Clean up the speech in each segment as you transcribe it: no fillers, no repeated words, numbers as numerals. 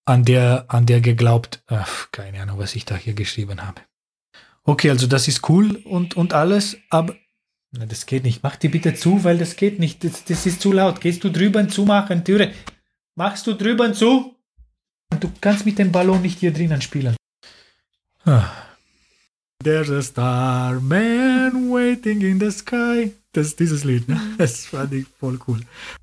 an der geglaubt. Keine Ahnung, was ich da hier geschrieben habe. Okay, also das ist cool und alles, aber na, das geht nicht. Mach die bitte zu, weil das geht nicht. Das ist zu laut. Gehst du drüben zumachen, Türe? Machst du drüben zu? Du kannst mit dem Ballon nicht hier drinnen spielen. There's a starman waiting in the sky. Das ist dieses Lied, ne? Das fand ich voll cool.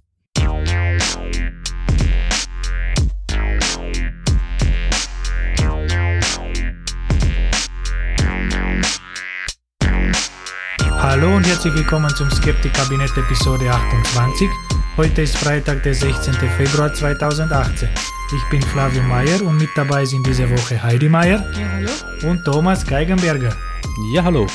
Hallo und herzlich willkommen zum Skeptik-Kabinett Episode 28. Heute ist Freitag, der 16. Februar 2018. Ich bin Flavio Meyer und mit dabei sind diese Woche Heidi Meyer. Ja, hallo. Und Thomas Geigenberger. Ja, hallo.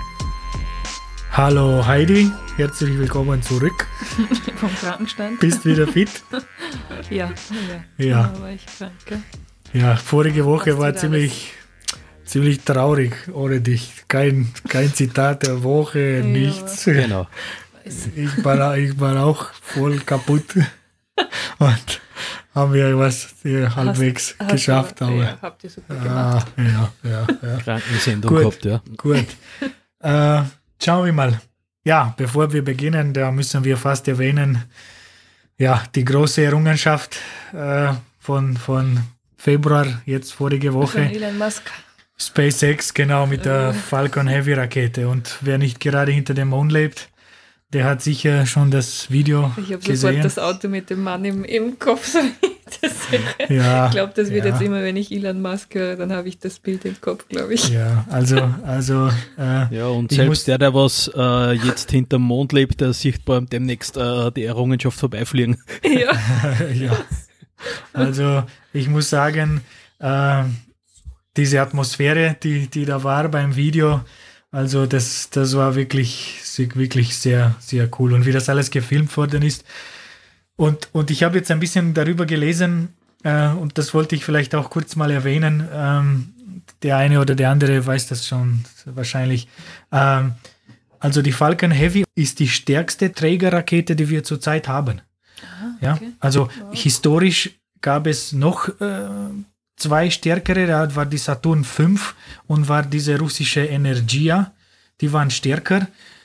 Hallo Heidi, herzlich willkommen zurück. Vom Krankenstand. Bist wieder fit? Ja. Ja. Da war ich krank, gell? Ja, vorige Woche Fast war wieder ziemlich traurig ohne dich. Kein Zitat der Woche, nichts. Genau. Ich war auch voll kaputt. Und haben wir was halbwegs geschafft. Aber habt ihr super gemacht. Ja. Krankensendung Gut. gehabt, ja. Gut. Schauen wir mal. Ja, bevor wir beginnen, da müssen wir fast erwähnen, ja, die große Errungenschaft von Februar, jetzt vorige Woche. Von Elon Musk. SpaceX, genau, mit der Falcon Heavy Rakete. Und wer nicht gerade hinter dem Mond lebt, der hat sicher schon das Video Ich habe gesehen. sofort das Auto mit dem Mann im Kopf. So Ja, ich glaube, das wird ja. jetzt immer, wenn ich Elon Musk höre, dann habe ich das Bild im Kopf, glaube ich. Ja, also Ja, und selbst der was jetzt hinterm Mond lebt, der sieht demnächst die Errungenschaft vorbeifliegen. Ja. ja. Also ich muss sagen, diese Atmosphäre, die da war beim Video, also das war wirklich sehr, sehr cool. Und wie das alles gefilmt worden ist. Und ich habe jetzt ein bisschen darüber gelesen, und das wollte ich vielleicht auch kurz mal erwähnen. Der eine oder der andere weiß das schon wahrscheinlich. Also die Falcon Heavy ist die stärkste Trägerrakete, die wir zurzeit haben. Ah, okay. Ja, also Wow. historisch gab es noch zwei stärkere, da war die Saturn V und war diese russische Energia, die waren stärker.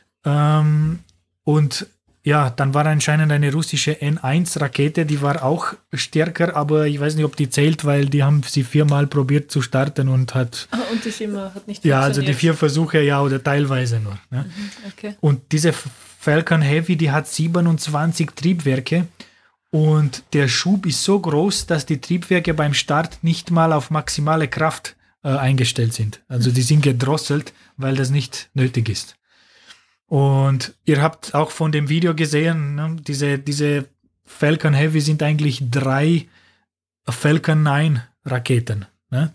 Und ja, dann war anscheinend eine russische N1-Rakete, die war auch stärker, aber ich weiß nicht, ob die zählt, weil die haben sie 4-mal probiert zu starten und hat... Und die Firma hat nicht Ja, also funktioniert. die 4 Versuche, ja, oder teilweise nur. Ne? Okay. Und diese Falcon Heavy, die hat 27 Triebwerke und der Schub ist so groß, dass die Triebwerke beim Start nicht mal auf maximale Kraft eingestellt sind. Also die sind gedrosselt, weil das nicht nötig ist. Und ihr habt auch von dem Video gesehen, ne, diese Falcon Heavy sind eigentlich 3 Falcon 9 Raketen, ne,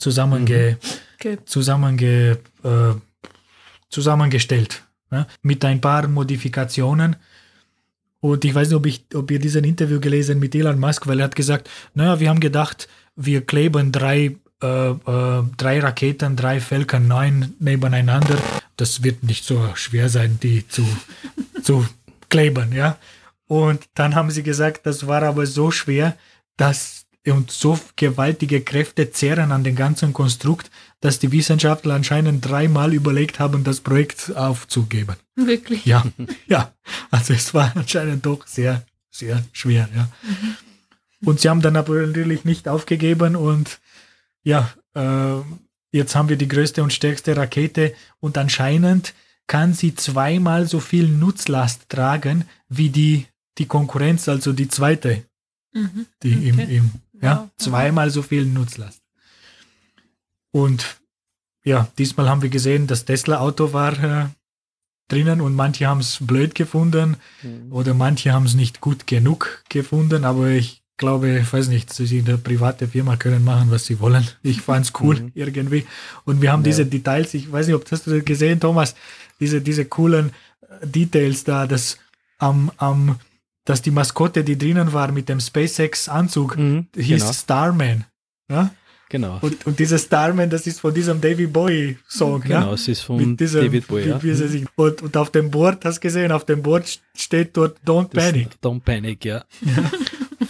zusammengestellt, ne, mit ein paar Modifikationen. Und ich weiß nicht, ob ihr diesen Interview gelesen mit Elon Musk, weil er hat gesagt, naja, wir haben gedacht, wir kleben 3 Raketen, 3 Falcon 9 nebeneinander. Das wird nicht so schwer sein, die zu kleben, ja. Und dann haben sie gesagt, das war aber so schwer, und so gewaltige Kräfte zehren an dem ganzen Konstrukt, dass die Wissenschaftler anscheinend 3-mal überlegt haben, das Projekt aufzugeben. Wirklich? Ja, ja. Also es war anscheinend doch sehr, sehr schwer, ja. Und sie haben dann aber natürlich nicht aufgegeben und ja, jetzt haben wir die größte und stärkste Rakete und anscheinend kann sie 2-mal so viel Nutzlast tragen wie die Konkurrenz, also die zweite, die Okay. ja, Wow. 2-mal so viel Nutzlast. Und ja, diesmal haben wir gesehen, das Tesla-Auto war drinnen und manche haben es blöd gefunden oder manche haben es nicht gut genug gefunden, aber ich glaube, ich weiß nicht, sie in der private Firma können machen, was sie wollen. Ich fand es cool irgendwie. Und wir haben diese Details, ich weiß nicht, ob hast du das gesehen, Thomas, diese coolen Details da, dass die Maskotte, die drinnen war mit dem SpaceX-Anzug, hieß genau. Starman. Ja? Genau. Und dieser Starman, das ist von diesem David Bowie-Song. Genau, ja? es ist von Mit diesem, David Bowie. Ja. Und auf dem Board, hast du gesehen, auf dem Board steht dort Don't Panic. Don't Panic, ja.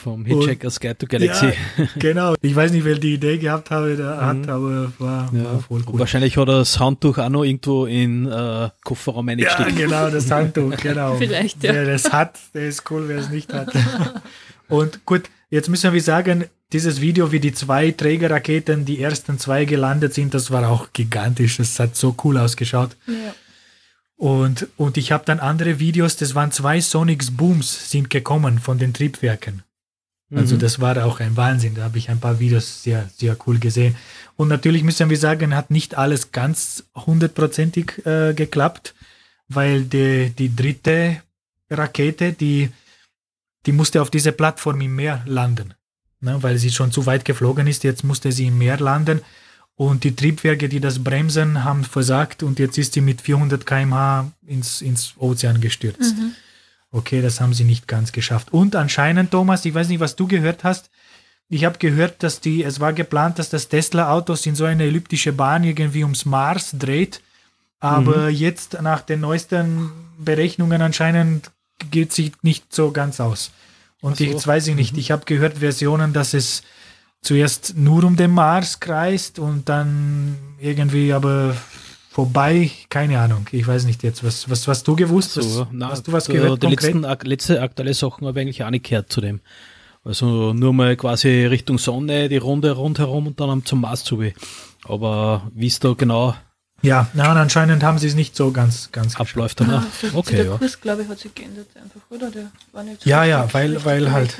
vom Hitchhiker's Guide to Galaxy. Ja, genau. Ich weiß nicht, wer die Idee gehabt hat, aber war voll cool. Wahrscheinlich hat er das Handtuch auch noch irgendwo in Kofferraum eingesteckt. Ja, genau, das Handtuch, genau. Vielleicht, ja. Wer das hat, der ist cool, wer es nicht hat. Und gut, jetzt müssen wir sagen, dieses Video, wie die 2 Trägerraketen, die ersten 2 gelandet sind, das war auch gigantisch. Das hat so cool ausgeschaut. Ja. Und ich habe dann andere Videos, das waren 2 Sonics Booms sind gekommen von den Triebwerken. Also das war auch ein Wahnsinn. Da habe ich ein paar Videos sehr, sehr cool gesehen. Und natürlich müssen wir sagen, hat nicht alles ganz 100%ig geklappt, weil die dritte Rakete, die musste auf dieser Plattform im Meer landen, ne, weil sie schon zu weit geflogen ist. Jetzt musste sie im Meer landen und die Triebwerke, die das bremsen, haben versagt und jetzt ist sie mit 400 km/h ins Ozean gestürzt. Okay, das haben sie nicht ganz geschafft. Und anscheinend, Thomas, ich weiß nicht, was du gehört hast, ich habe gehört, dass es war geplant, dass das Tesla-Autos in so eine elliptische Bahn irgendwie ums Mars dreht, aber jetzt nach den neuesten Berechnungen anscheinend geht sich nicht so ganz aus. Und jetzt weiß ich nicht, ich habe gehört Versionen, dass es zuerst nur um den Mars kreist und dann irgendwie aber vorbei, keine Ahnung. Ich weiß nicht jetzt, was hast du gewusst? Hast du was gehört? Die letzte aktuelle Sachen habe ich eigentlich auch nicht gehört zu dem. Also nur mal quasi Richtung Sonne, die Runde rundherum und dann zum Mars zu. Aber wie es da genau... Ja, und anscheinend haben sie es nicht so ganz abläuft danach. Okay, der Kurs, glaube ich, hat sich geändert einfach, oder? Der war nicht so weil halt,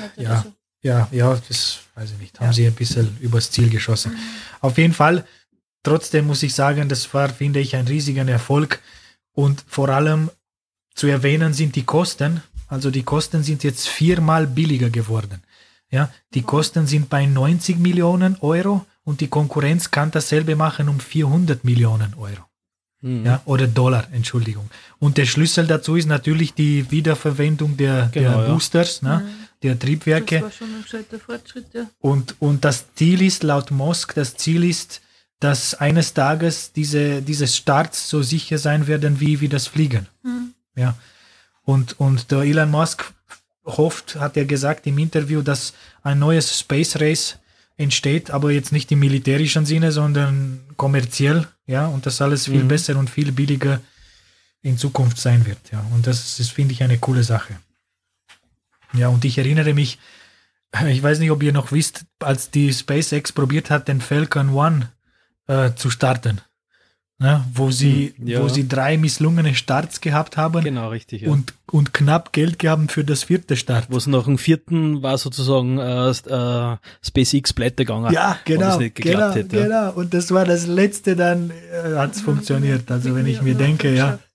das weiß ich nicht, haben sie ein bisschen übers Ziel geschossen. Auf jeden Fall, trotzdem muss ich sagen, das war, finde ich, ein riesiger Erfolg und vor allem zu erwähnen sind die Kosten. Also die Kosten sind jetzt 4-mal billiger geworden. Ja, die Kosten sind bei 90 Millionen Euro. Und die Konkurrenz kann dasselbe machen um 400 Millionen Euro. Ja, oder Dollar, Entschuldigung. Und der Schlüssel dazu ist natürlich die Wiederverwendung der Boosters, ne, der Triebwerke. Das war schon ein gescheiter Fortschritt, ja. Und das Ziel ist, laut Musk, dass eines Tages diese Starts so sicher sein werden wie das Fliegen. Ja. Und der Elon Musk hat er gesagt im Interview, dass ein neues Space Race entsteht, aber jetzt nicht im militärischen Sinne, sondern kommerziell, ja, und das alles viel besser und viel billiger in Zukunft sein wird, ja, und das finde ich eine coole Sache. Ja, und ich erinnere mich, ich weiß nicht, ob ihr noch wisst, als die SpaceX probiert hat, den Falcon 1 zu starten, ne, wo sie 3 misslungene Starts gehabt haben. Genau, richtig. Ja. Und knapp Geld gaben für das 4. Start. Wo es nach dem 4. war sozusagen SpaceX pleite gegangen. Ja, genau. Nicht geklappt hätte, ja. Genau. Und das war das Letzte, dann hat es funktioniert. Also wenn ich mir denke,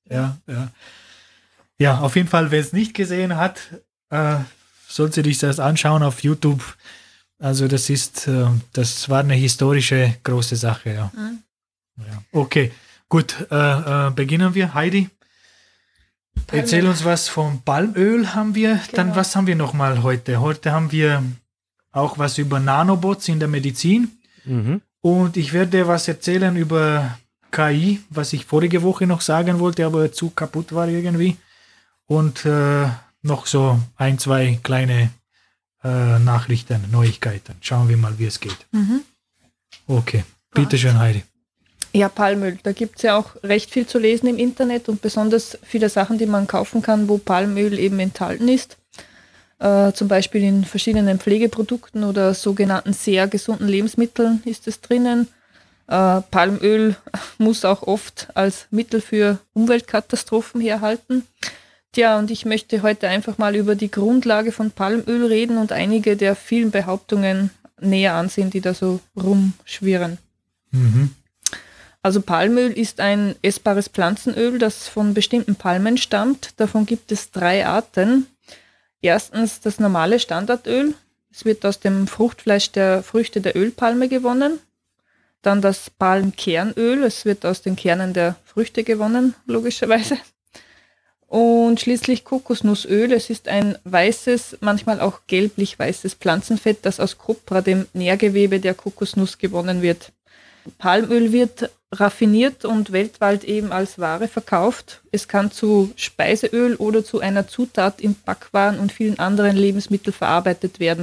ja, auf jeden Fall, wer es nicht gesehen hat, sollte sich das anschauen auf YouTube. Also das war eine historische große Sache, ja. Ja. Okay, gut, beginnen wir. Heidi, erzähl uns was vom Palmöl haben wir. Genau. Dann was haben wir nochmal heute? Heute haben wir auch was über Nanobots in der Medizin. Und ich werde was erzählen über KI, was ich vorige Woche noch sagen wollte, aber zu kaputt war irgendwie. Und noch so 1, 2 kleine Nachrichten, Neuigkeiten. Schauen wir mal, wie es geht. Okay, bitteschön, Heidi. Ja, Palmöl. Da gibt es ja auch recht viel zu lesen im Internet und besonders viele Sachen, die man kaufen kann, wo Palmöl eben enthalten ist. Zum Beispiel in verschiedenen Pflegeprodukten oder sogenannten sehr gesunden Lebensmitteln ist es drinnen. Palmöl muss auch oft als Mittel für Umweltkatastrophen herhalten. Tja, und ich möchte heute einfach mal über die Grundlage von Palmöl reden und einige der vielen Behauptungen näher ansehen, die da so rumschwirren. Also Palmöl ist ein essbares Pflanzenöl, das von bestimmten Palmen stammt. Davon gibt es 3 Arten. Erstens das normale Standardöl. Es wird aus dem Fruchtfleisch der Früchte der Ölpalme gewonnen. Dann das Palmkernöl. Es wird aus den Kernen der Früchte gewonnen, logischerweise. Und schließlich Kokosnussöl. Es ist ein weißes, manchmal auch gelblich-weißes Pflanzenfett, das aus Kopra, dem Nährgewebe der Kokosnuss, gewonnen wird. Palmöl wird raffiniert und weltweit eben als Ware verkauft. Es kann zu Speiseöl oder zu einer Zutat in Backwaren und vielen anderen Lebensmitteln verarbeitet werden.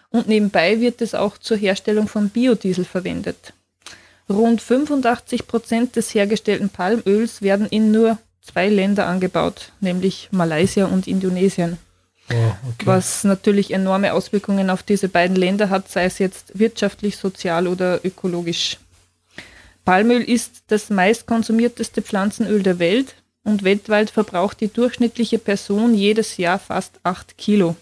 und nebenbei wird es auch zur Herstellung von Biodiesel verwendet. Rund 85% des hergestellten Palmöls werden in nur 2 Länder angebaut, nämlich Malaysia und Indonesien. Oh, okay. Was natürlich enorme Auswirkungen auf diese beiden Länder hat, sei es jetzt wirtschaftlich, sozial oder ökologisch. Palmöl ist das meistkonsumierteste Pflanzenöl der Welt und weltweit verbraucht die durchschnittliche Person jedes Jahr fast 8 Kilo.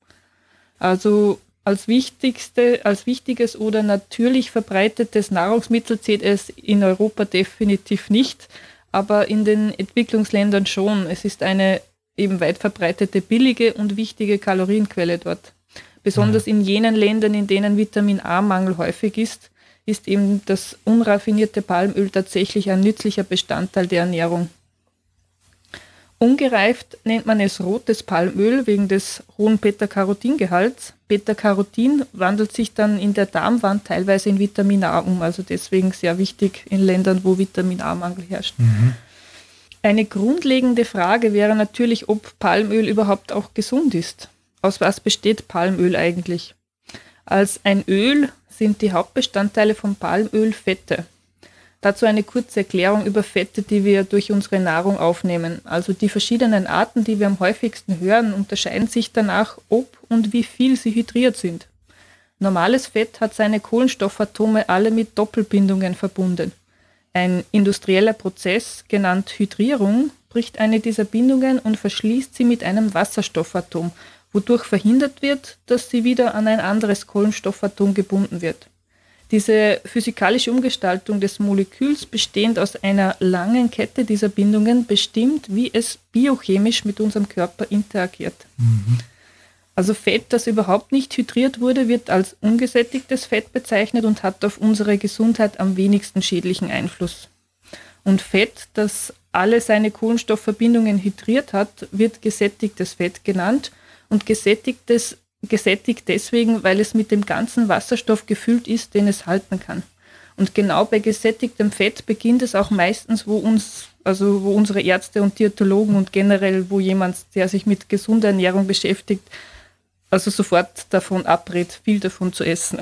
Also als wichtiges oder natürlich verbreitetes Nahrungsmittel zählt es in Europa definitiv nicht, aber in den Entwicklungsländern schon. Es ist eine eben weit verbreitete, billige und wichtige Kalorienquelle dort. Besonders in jenen Ländern, in denen Vitamin-A-Mangel häufig ist eben das unraffinierte Palmöl tatsächlich ein nützlicher Bestandteil der Ernährung. Ungereift nennt man es rotes Palmöl wegen des hohen Beta-Carotin-Gehalts. Beta-Carotin wandelt sich dann in der Darmwand teilweise in Vitamin A um, also deswegen sehr wichtig in Ländern, wo Vitamin-A-Mangel herrscht. Eine grundlegende Frage wäre natürlich, ob Palmöl überhaupt auch gesund ist. Aus was besteht Palmöl eigentlich? Als ein Öl sind die Hauptbestandteile von Palmöl Fette. Dazu eine kurze Erklärung über Fette, die wir durch unsere Nahrung aufnehmen. Also die verschiedenen Arten, die wir am häufigsten hören, unterscheiden sich danach, ob und wie viel sie hydriert sind. Normales Fett hat seine Kohlenstoffatome alle mit Doppelbindungen verbunden. Ein industrieller Prozess, genannt Hydrierung, bricht eine dieser Bindungen und verschließt sie mit einem Wasserstoffatom, wodurch verhindert wird, dass sie wieder an ein anderes Kohlenstoffatom gebunden wird. Diese physikalische Umgestaltung des Moleküls, bestehend aus einer langen Kette dieser Bindungen, bestimmt, wie es biochemisch mit unserem Körper interagiert. Also Fett, das überhaupt nicht hydriert wurde, wird als ungesättigtes Fett bezeichnet und hat auf unsere Gesundheit am wenigsten schädlichen Einfluss. Und Fett, das alle seine Kohlenstoffverbindungen hydriert hat, wird gesättigtes Fett genannt und gesättigt deswegen, weil es mit dem ganzen Wasserstoff gefüllt ist, den es halten kann. Und genau bei gesättigtem Fett beginnt es auch meistens, wo unsere Ärzte und Diätologen und generell, wo jemand, der sich mit gesunder Ernährung beschäftigt, also sofort davon abrät, viel davon zu essen.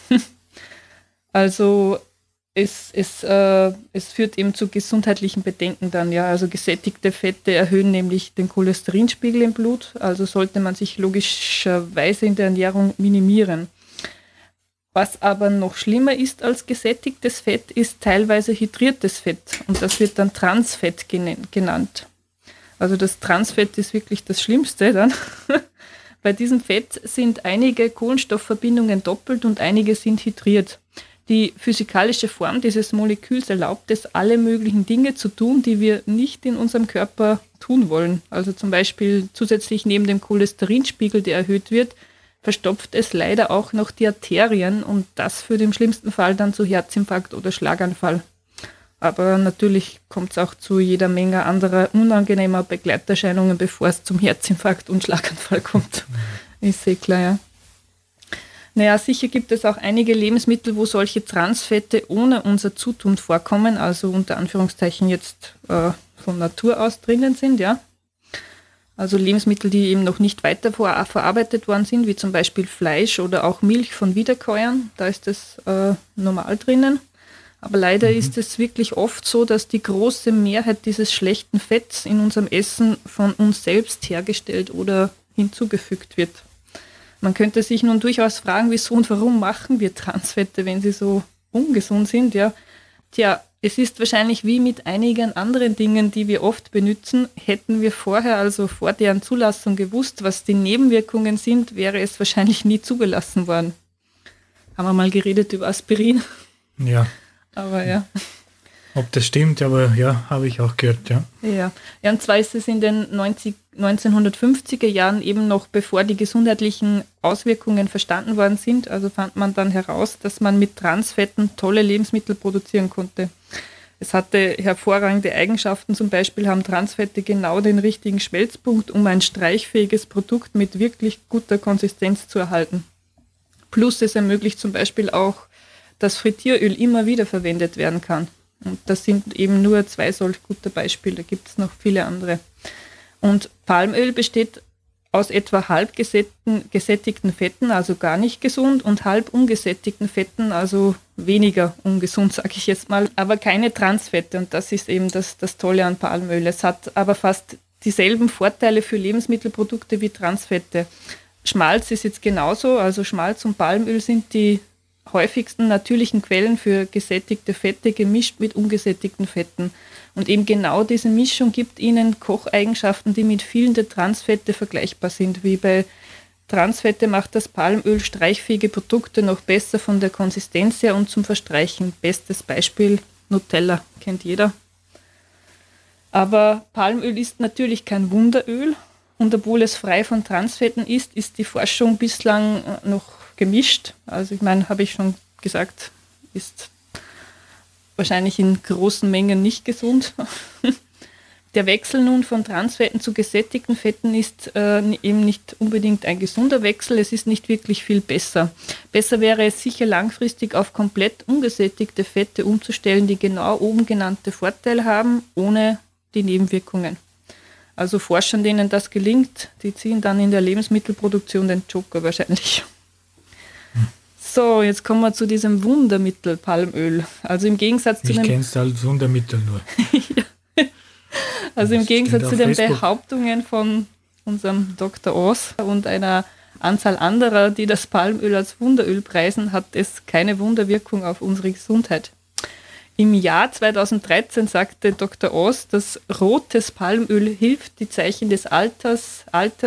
Also es führt eben zu gesundheitlichen Bedenken dann, ja. Also gesättigte Fette erhöhen nämlich den Cholesterinspiegel im Blut, also sollte man sich logischerweise in der Ernährung minimieren. Was aber noch schlimmer ist als gesättigtes Fett, ist teilweise hydriertes Fett und das wird dann Transfett genannt. Also das Transfett ist wirklich das Schlimmste dann. Bei diesem Fett sind einige Kohlenstoffverbindungen doppelt und einige sind hydriert. Die physikalische Form dieses Moleküls erlaubt es, alle möglichen Dinge zu tun, die wir nicht in unserem Körper tun wollen. Also zum Beispiel zusätzlich neben dem Cholesterinspiegel, der erhöht wird, verstopft es leider auch noch die Arterien und das führt im schlimmsten Fall dann zu Herzinfarkt oder Schlaganfall. Aber natürlich kommt es auch zu jeder Menge anderer unangenehmer Begleiterscheinungen, bevor es zum Herzinfarkt und Schlaganfall kommt. Ist sehr klar, ja. Naja, sicher gibt es auch einige Lebensmittel, wo solche Transfette ohne unser Zutun vorkommen, also unter Anführungszeichen jetzt von Natur aus drinnen sind, ja. Also Lebensmittel, die eben noch nicht weiter verarbeitet worden sind, wie zum Beispiel Fleisch oder auch Milch von Wiederkäuern, da ist das normal drinnen. Aber leider ist es wirklich oft so, dass die große Mehrheit dieses schlechten Fetts in unserem Essen von uns selbst hergestellt oder hinzugefügt wird. Man könnte sich nun durchaus fragen, wieso und warum machen wir Transfette, wenn sie so ungesund sind, ja. Tja, es ist wahrscheinlich wie mit einigen anderen Dingen, die wir oft benutzen. Hätten wir vorher, also vor deren Zulassung gewusst, was die Nebenwirkungen sind, wäre es wahrscheinlich nie zugelassen worden. Haben wir mal geredet über Aspirin? Ja. Aber ja. Ob das stimmt, aber ja, habe ich auch gehört, ja. Ja, und zwar ist es in den 1950er Jahren eben noch, bevor die gesundheitlichen Auswirkungen verstanden worden sind, also fand man dann heraus, dass man mit Transfetten tolle Lebensmittel produzieren konnte. Es hatte hervorragende Eigenschaften, zum Beispiel haben Transfette genau den richtigen Schmelzpunkt, um ein streichfähiges Produkt mit wirklich guter Konsistenz zu erhalten. Plus es ermöglicht zum Beispiel auch, dass Frittieröl immer wieder verwendet werden kann. Und das sind eben nur 2 solch gute Beispiele, da gibt es noch viele andere. Und Palmöl besteht aus etwa halb gesättigten Fetten, also gar nicht gesund, und halb ungesättigten Fetten, also weniger ungesund, sage ich jetzt mal, aber keine Transfette. Und das ist eben das Tolle an Palmöl. Es hat aber fast dieselben Vorteile für Lebensmittelprodukte wie Transfette. Schmalz ist jetzt genauso, also Schmalz und Palmöl sind die häufigsten natürlichen Quellen für gesättigte Fette, gemischt mit ungesättigten Fetten. Und eben genau diese Mischung gibt ihnen Kocheigenschaften, die mit vielen der Transfette vergleichbar sind. Wie bei Transfette macht das Palmöl streichfähige Produkte noch besser von der Konsistenz her und zum Verstreichen. Bestes Beispiel Nutella, kennt jeder. Aber Palmöl ist natürlich kein Wunderöl. Und obwohl es frei von Transfetten ist, ist die Forschung bislang noch gemischt. Also ich meine, habe ich schon gesagt, ist wahrscheinlich in großen Mengen nicht gesund. Der Wechsel nun von Transfetten zu gesättigten Fetten ist eben nicht unbedingt ein gesunder Wechsel. Es ist nicht wirklich viel besser. Besser wäre es sicher langfristig auf komplett ungesättigte Fette umzustellen, die genau oben genannte Vorteile haben, ohne die Nebenwirkungen. Also Forschern, denen das gelingt, die ziehen dann in der Lebensmittelproduktion den Joker wahrscheinlich. So, jetzt kommen wir zu diesem Wundermittel Palmöl. Also im Gegensatz zu Ich kenne es als Wundermittel nur. Also im Gegensatz zu den Facebook. Behauptungen von unserem Dr. Oz und einer Anzahl anderer, die das Palmöl als Wunderöl preisen, hat es keine Wunderwirkung auf unsere Gesundheit. Im Jahr 2013 sagte Dr. Oz, dass rotes Palmöl hilft, die Zeichen des Alters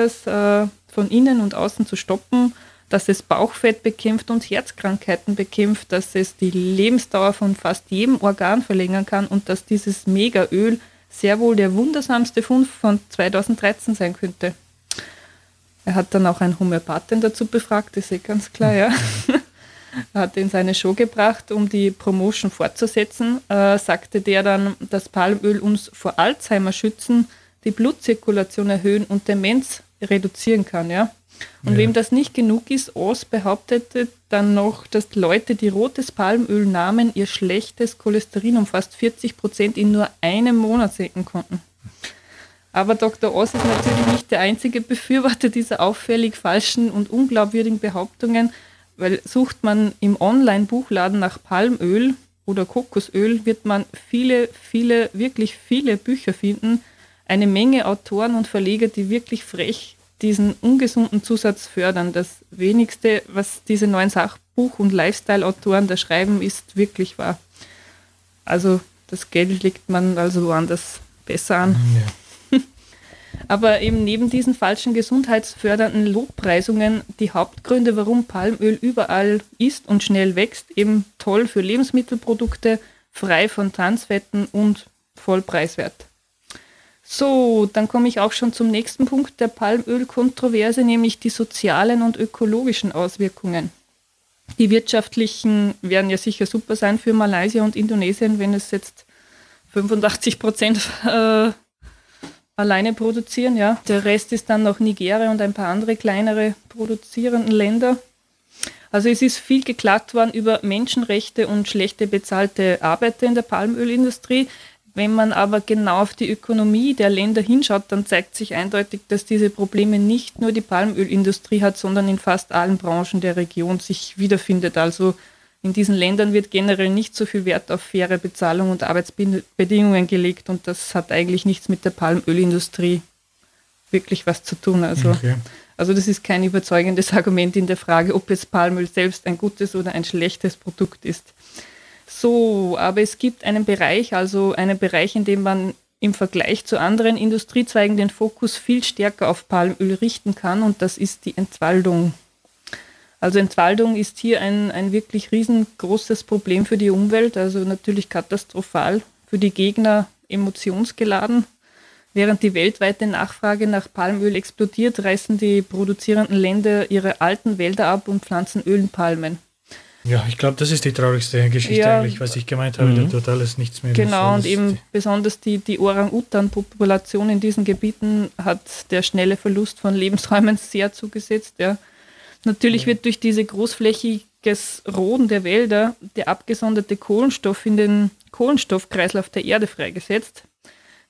von innen und außen zu stoppen, dass es Bauchfett bekämpft und Herzkrankheiten bekämpft, dass es die Lebensdauer von fast jedem Organ verlängern kann und dass dieses Megaöl sehr wohl der wundersamste Fund von 2013 sein könnte. Er hat dann auch einen Homöopathen dazu befragt, das ist ganz klar, ja. Er hat in seine Show gebracht, um die Promotion fortzusetzen, sagte der dann, dass Palmöl uns vor Alzheimer schützen, die Blutzirkulation erhöhen und Demenz reduzieren kann, ja. Und wem das nicht genug ist, Oz behauptete dann noch, dass Leute, die rotes Palmöl nahmen, ihr schlechtes Cholesterin um fast 40% in nur einem Monat senken konnten. Aber Dr. Oz ist natürlich nicht der einzige Befürworter dieser auffällig falschen und unglaubwürdigen Behauptungen, weil sucht man im Online-Buchladen nach Palmöl oder Kokosöl, wird man wirklich viele Bücher finden, eine Menge Autoren und Verleger, die wirklich frech diesen ungesunden Zusatz fördern. Das Wenigste, was diese neuen Sachbuch- und Lifestyle-Autoren da schreiben, ist wirklich wahr. Also das Geld legt man also woanders besser an. Ja. Aber eben neben diesen falschen gesundheitsfördernden Lobpreisungen die Hauptgründe, warum Palmöl überall ist und schnell wächst, eben toll für Lebensmittelprodukte, frei von Transfetten und voll preiswert. So, dann komme ich auch schon zum nächsten Punkt der Palmölkontroverse, nämlich die sozialen und ökologischen Auswirkungen. Die wirtschaftlichen werden ja sicher super sein für Malaysia und Indonesien, wenn es jetzt 85% alleine produzieren. Ja. Der Rest ist dann noch Nigeria und ein paar andere kleinere produzierende Länder. Also es ist viel geklagt worden über Menschenrechte und schlechte bezahlte Arbeiter in der Palmölindustrie. Wenn man aber genau auf die Ökonomie der Länder hinschaut, dann zeigt sich eindeutig, dass diese Probleme nicht nur die Palmölindustrie hat, sondern in fast allen Branchen der Region sich wiederfindet. Also in diesen Ländern wird generell nicht so viel Wert auf faire Bezahlung und Arbeitsbedingungen gelegt und das hat eigentlich nichts mit der Palmölindustrie wirklich was zu tun. Also das ist kein überzeugendes Argument in der Frage, ob jetzt Palmöl selbst ein gutes oder ein schlechtes Produkt ist. So, aber es gibt einen Bereich, in dem man im Vergleich zu anderen Industriezweigen den Fokus viel stärker auf Palmöl richten kann und das ist die Entwaldung. Also Entwaldung ist hier ein wirklich riesengroßes Problem für die Umwelt, also natürlich katastrophal, für die Gegner emotionsgeladen. Während die weltweite Nachfrage nach Palmöl explodiert, reißen die produzierenden Länder ihre alten Wälder ab und pflanzen Ölpalmen. Ja, ich glaube, das ist die traurigste Geschichte eigentlich, was ich gemeint habe. Da tut alles nichts mehr. Genau, und eben besonders die Orang-Utan-Population in diesen Gebieten hat der schnelle Verlust von Lebensräumen sehr zugesetzt. Ja. Natürlich wird durch diese großflächiges Roden der Wälder der abgesonderte Kohlenstoff in den Kohlenstoffkreislauf der Erde freigesetzt.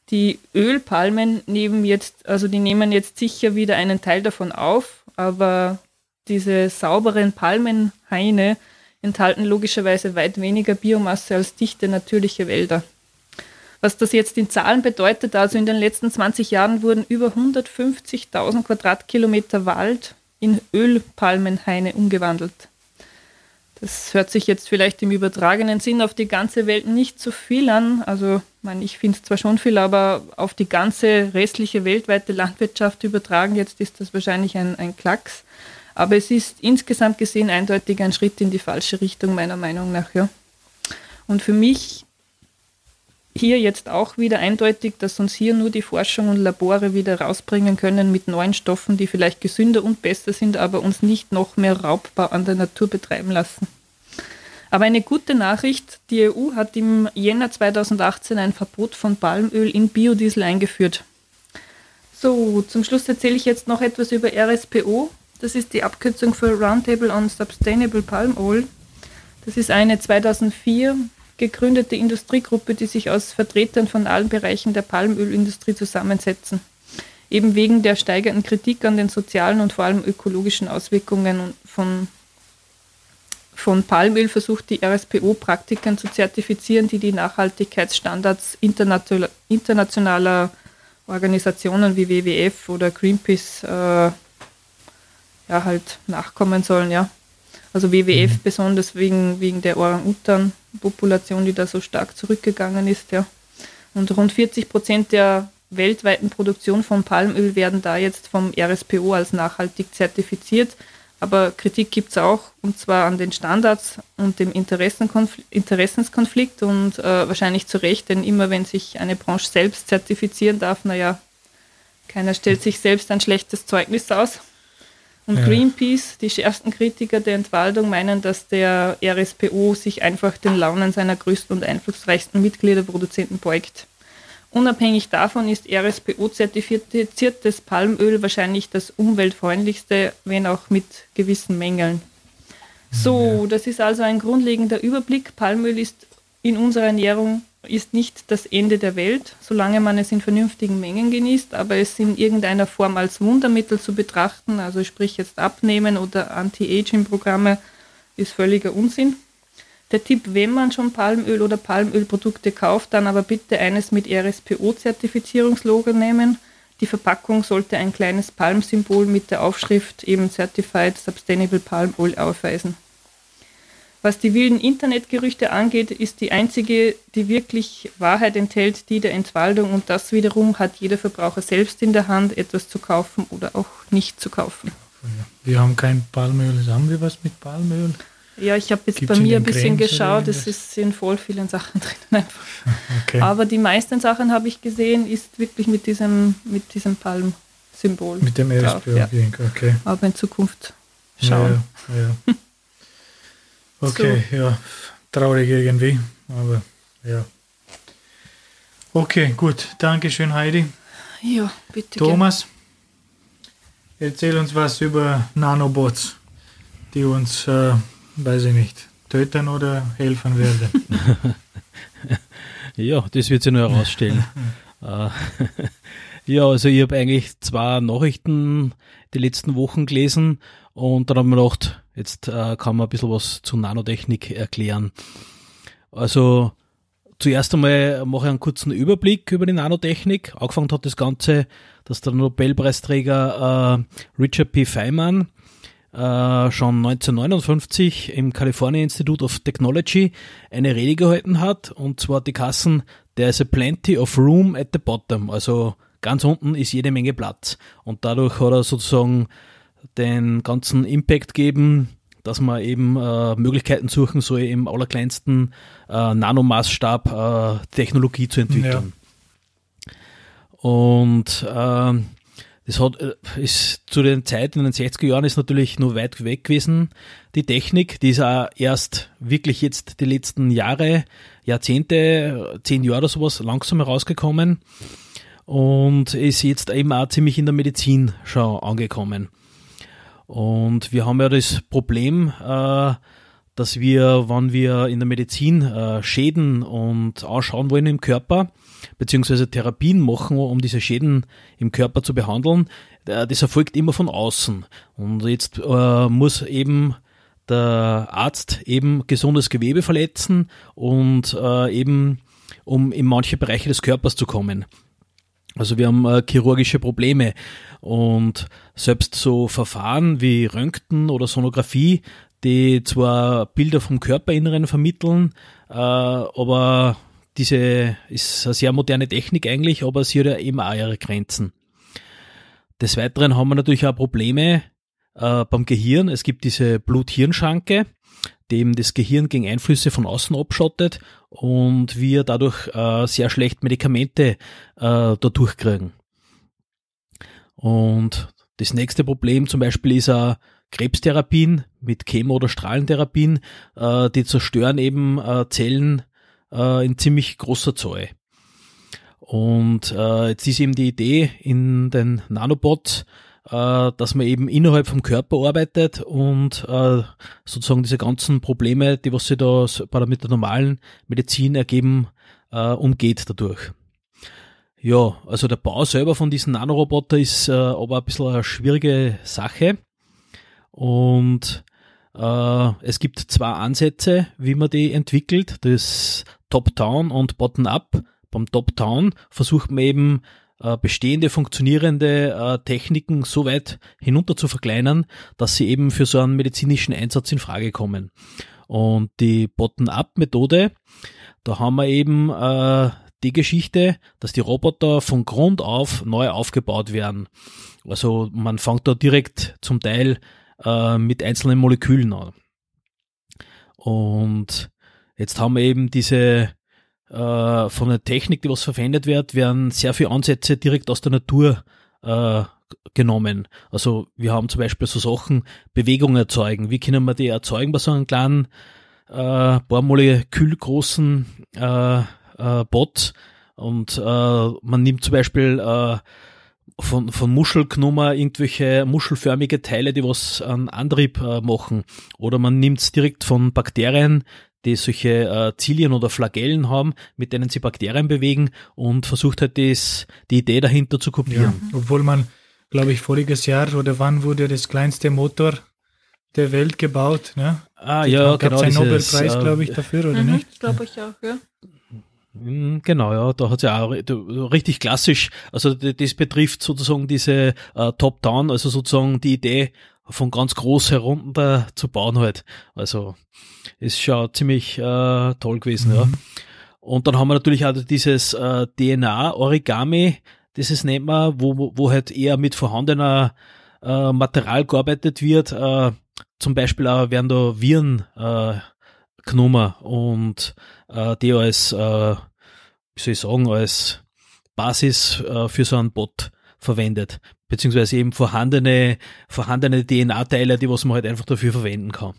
Die Ölpalmen nehmen jetzt sicher wieder einen Teil davon auf, aber diese sauberen Palmenhaine enthalten logischerweise weit weniger Biomasse als dichte natürliche Wälder. Was das jetzt in Zahlen bedeutet, also in den letzten 20 Jahren wurden über 150.000 Quadratkilometer Wald in Ölpalmenhaine umgewandelt. Das hört sich jetzt vielleicht im übertragenen Sinn auf die ganze Welt nicht so viel an. Also ich finde es zwar schon viel, aber auf die ganze restliche weltweite Landwirtschaft übertragen, jetzt ist das wahrscheinlich ein Klacks. Aber es ist insgesamt gesehen eindeutig ein Schritt in die falsche Richtung, meiner Meinung nach. Ja. Und für mich hier jetzt auch wieder eindeutig, dass uns hier nur die Forschung und Labore wieder rausbringen können mit neuen Stoffen, die vielleicht gesünder und besser sind, aber uns nicht noch mehr Raubbau an der Natur betreiben lassen. Aber eine gute Nachricht, die EU hat im Jänner 2018 ein Verbot von Palmöl in Biodiesel eingeführt. So, zum Schluss erzähle ich jetzt noch etwas über RSPO. Das ist die Abkürzung für Roundtable on Sustainable Palm Oil. Das ist eine 2004 gegründete Industriegruppe, die sich aus Vertretern von allen Bereichen der Palmölindustrie zusammensetzen. Eben wegen der steigenden Kritik an den sozialen und vor allem ökologischen Auswirkungen von Palmöl versucht die RSPO Praktiken zu zertifizieren, die Nachhaltigkeitsstandards internationaler Organisationen wie WWF oder Greenpeace nachkommen sollen, ja. Also WWF besonders wegen der Orang-Utan-Population, die da so stark zurückgegangen ist, ja. Und rund 40% der weltweiten Produktion von Palmöl werden da jetzt vom RSPO als nachhaltig zertifiziert. Aber Kritik gibt es auch, und zwar an den Standards und dem Interessenskonflikt und wahrscheinlich zu Recht, denn immer wenn sich eine Branche selbst zertifizieren darf, keiner stellt sich selbst ein schlechtes Zeugnis aus. Und ja. Greenpeace, die schärfsten Kritiker der Entwaldung, meinen, dass der RSPO sich einfach den Launen seiner größten und einflussreichsten Mitgliederproduzenten beugt. Unabhängig davon ist RSPO-zertifiziertes Palmöl wahrscheinlich das umweltfreundlichste, wenn auch mit gewissen Mängeln. So, das ist also ein grundlegender Überblick. Palmöl ist in unserer Ernährung nicht das Ende der Welt, solange man es in vernünftigen Mengen genießt, aber es in irgendeiner Form als Wundermittel zu betrachten, also sprich jetzt Abnehmen oder Anti-Aging-Programme, ist völliger Unsinn. Der Tipp, wenn man schon Palmöl oder Palmölprodukte kauft, dann aber bitte eines mit RSPO-Zertifizierungslogo nehmen. Die Verpackung sollte ein kleines Palmsymbol mit der Aufschrift eben Certified Sustainable Palm Oil aufweisen. Was die wilden Internetgerüchte angeht, ist die einzige, die wirklich Wahrheit enthält, die der Entwaldung, und das wiederum hat jeder Verbraucher selbst in der Hand, etwas zu kaufen oder auch nicht zu kaufen. Wir haben kein Palmöl. Haben wir was mit Palmöl? Ja, ich habe jetzt bei mir ein bisschen geschaut, es ist in voll vielen Sachen drin einfach. Okay. Aber die meisten Sachen habe ich gesehen, ist wirklich mit diesem Palm-Symbol. Mit dem RSPO, ja. Okay. Aber in Zukunft schauen. Ja. Okay, so. Ja, traurig irgendwie, aber ja. Okay, gut. Dankeschön, Heidi. Ja, bitte. Thomas, erzähl uns was über Nanobots, die uns, weiß ich nicht, töten oder helfen werden. Ja, das wird sich noch herausstellen. Ja, also ich habe eigentlich 2 Nachrichten die letzten Wochen gelesen und dann habe ich mir gedacht, jetzt kann man ein bisschen was zu Nanotechnik erklären. Also zuerst einmal mache ich einen kurzen Überblick über die Nanotechnik. Angefangen hat das Ganze, dass der Nobelpreisträger Richard P. Feynman schon 1959 im California Institute of Technology eine Rede gehalten hat, und zwar die Kassen, there's a plenty of room at the bottom, also ganz unten ist jede Menge Platz, und dadurch hat er sozusagen den ganzen Impact gegeben, dass man eben Möglichkeiten suchen soll, im allerkleinsten Nanomaßstab Technologie zu entwickeln. Ja. Und das ist zu den Zeiten in den 60er Jahren ist natürlich nur weit weg gewesen, die Technik. Die ist auch erst wirklich jetzt die letzten Jahrzehnte, 10 Jahre oder sowas, langsam herausgekommen und ist jetzt eben auch ziemlich in der Medizin schon angekommen. Und wir haben ja das Problem, dass wir, wenn wir in der Medizin Schäden und anschauen wollen im Körper, beziehungsweise Therapien machen, um diese Schäden im Körper zu behandeln, das erfolgt immer von außen. Und jetzt muss eben der Arzt eben gesundes Gewebe verletzen und eben um in manche Bereiche des Körpers zu kommen. Also wir haben chirurgische Probleme und selbst so Verfahren wie Röntgen oder Sonographie, die zwar Bilder vom Körperinneren vermitteln, aber diese ist eine sehr moderne Technik eigentlich, aber sie hat ja eben auch ihre Grenzen. Des Weiteren haben wir natürlich auch Probleme beim Gehirn. Es gibt diese Blut-Hirn-Schranke, die eben das Gehirn gegen Einflüsse von außen abschottet und wir dadurch sehr schlecht Medikamente dadurch kriegen. Und das nächste Problem zum Beispiel ist auch Krebstherapien mit Chemo- oder Strahlentherapien, die zerstören eben Zellen in ziemlich großer Zahl. Und jetzt ist eben die Idee in den Nanobots, dass man eben innerhalb vom Körper arbeitet und sozusagen diese ganzen Probleme, die was sich da mit der normalen Medizin ergeben, umgeht dadurch. Ja, also der Bau selber von diesen Nanoroboter ist aber ein bisschen eine schwierige Sache und es gibt zwei Ansätze, wie man die entwickelt, das Top-Down und Bottom-Up. Beim Top-Down versucht man eben bestehende, funktionierende Techniken so weit hinunter zu verkleinern, dass sie eben für so einen medizinischen Einsatz in Frage kommen. Und die Bottom-Up-Methode, da haben wir eben die Geschichte, dass die Roboter von Grund auf neu aufgebaut werden. Also man fängt da direkt zum Teil mit einzelnen Molekülen an. Und jetzt haben wir eben diese von der Technik, die was verwendet wird, werden sehr viele Ansätze direkt aus der Natur genommen. Also wir haben zum Beispiel so Sachen, Bewegung erzeugen. Wie können wir die erzeugen bei so einem kleinen, paar Molekül großen Bot? Und man nimmt zum Beispiel von Muschel genommen irgendwelche muschelförmige Teile, die was einen Antrieb machen. Oder man nimmt es direkt von Bakterien, die solche Zilien oder Flagellen haben, mit denen sie Bakterien bewegen und versucht halt die Idee dahinter zu kopieren. Ja, obwohl man, glaube ich, voriges Jahr oder wann wurde das kleinste Motor der Welt gebaut, ne? Ja, gab es einen Nobelpreis, glaube ich, dafür, oder nicht? Das glaube ich auch, ja. Genau, ja, da hat ja auch richtig klassisch, also das betrifft sozusagen diese Top-Down, also sozusagen die Idee von ganz groß herunter zu bauen halt. Also ist schon ziemlich toll gewesen, ja. Und dann haben wir natürlich auch dieses DNA-Origami, das es nennt man, wo halt eher mit vorhandener Material gearbeitet wird. Zum Beispiel auch werden da Viren genommen und die als, wie soll ich sagen, als Basis für so einen Bot verwendet, beziehungsweise eben vorhandene DNA-Teile, die was man halt einfach dafür verwenden kann.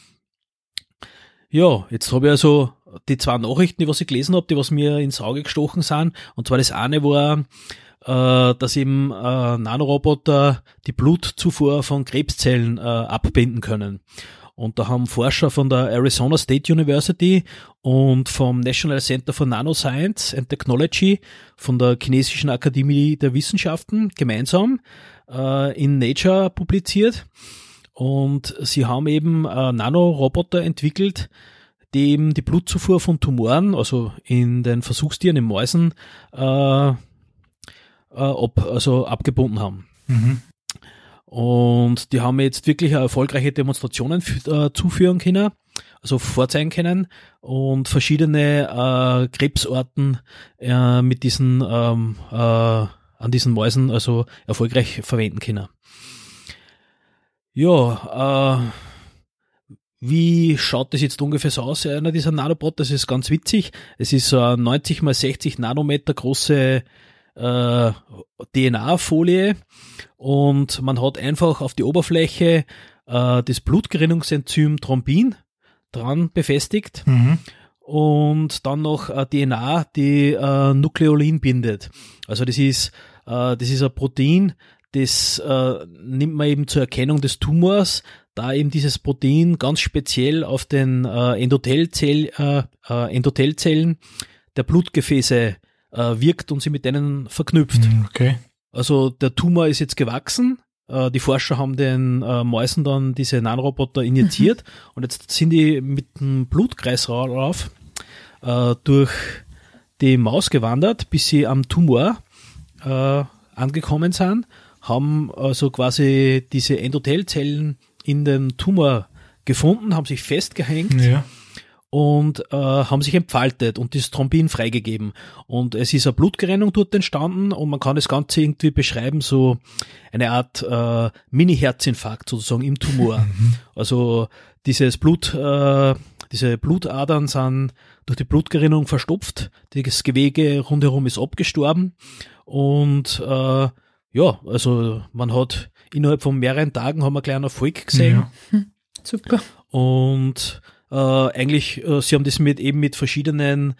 Ja, jetzt habe ich also die zwei Nachrichten, die was ich gelesen habe, die was mir ins Auge gestochen sind, und zwar das eine war, dass eben Nanoroboter die Blutzufuhr von Krebszellen abbinden können. Und da haben Forscher von der Arizona State University und vom National Center for Nanoscience and Technology von der Chinesischen Akademie der Wissenschaften gemeinsam in Nature publiziert. Und sie haben eben Nanoroboter entwickelt, die eben die Blutzufuhr von Tumoren, also in den Versuchstieren, in Mäusen, abgebunden haben. Mhm. Und die haben jetzt wirklich erfolgreiche Demonstrationen zuführen können, also vorzeigen können und verschiedene Krebsarten mit diesen an diesen Mäusen also erfolgreich verwenden können. Ja, wie schaut das jetzt ungefähr so aus, einer dieser Nanobot? Das ist ganz witzig. Es ist so eine 90 x 60 Nanometer große DNA-Folie und man hat einfach auf die Oberfläche das Blutgerinnungsenzym Thrombin dran befestigt und dann noch DNA, die Nukleolin bindet. Also das ist ein Protein, das nimmt man eben zur Erkennung des Tumors, da eben dieses Protein ganz speziell auf den Endothelzellen der Blutgefäße wirkt und sie mit denen verknüpft. Okay. Also der Tumor ist jetzt gewachsen. Die Forscher haben den Mäusen dann diese Nanoroboter injiziert und jetzt sind die mit dem Blutkreislauf durch die Maus gewandert, bis sie am Tumor angekommen sind, haben also quasi diese Endothelzellen in den Tumor gefunden, haben sich festgehängt und haben sich entfaltet und das Thrombin freigegeben. Und es ist eine Blutgerinnung dort entstanden und man kann das Ganze irgendwie beschreiben, so eine Art Mini-Herzinfarkt sozusagen im Tumor. Also diese Blutadern sind durch die Blutgerinnung verstopft, das Gewebe rundherum ist abgestorben und also man hat innerhalb von mehreren Tagen haben wir gleich einen Erfolg gesehen. Ja. Super. Und eigentlich, sie haben das mit verschiedenen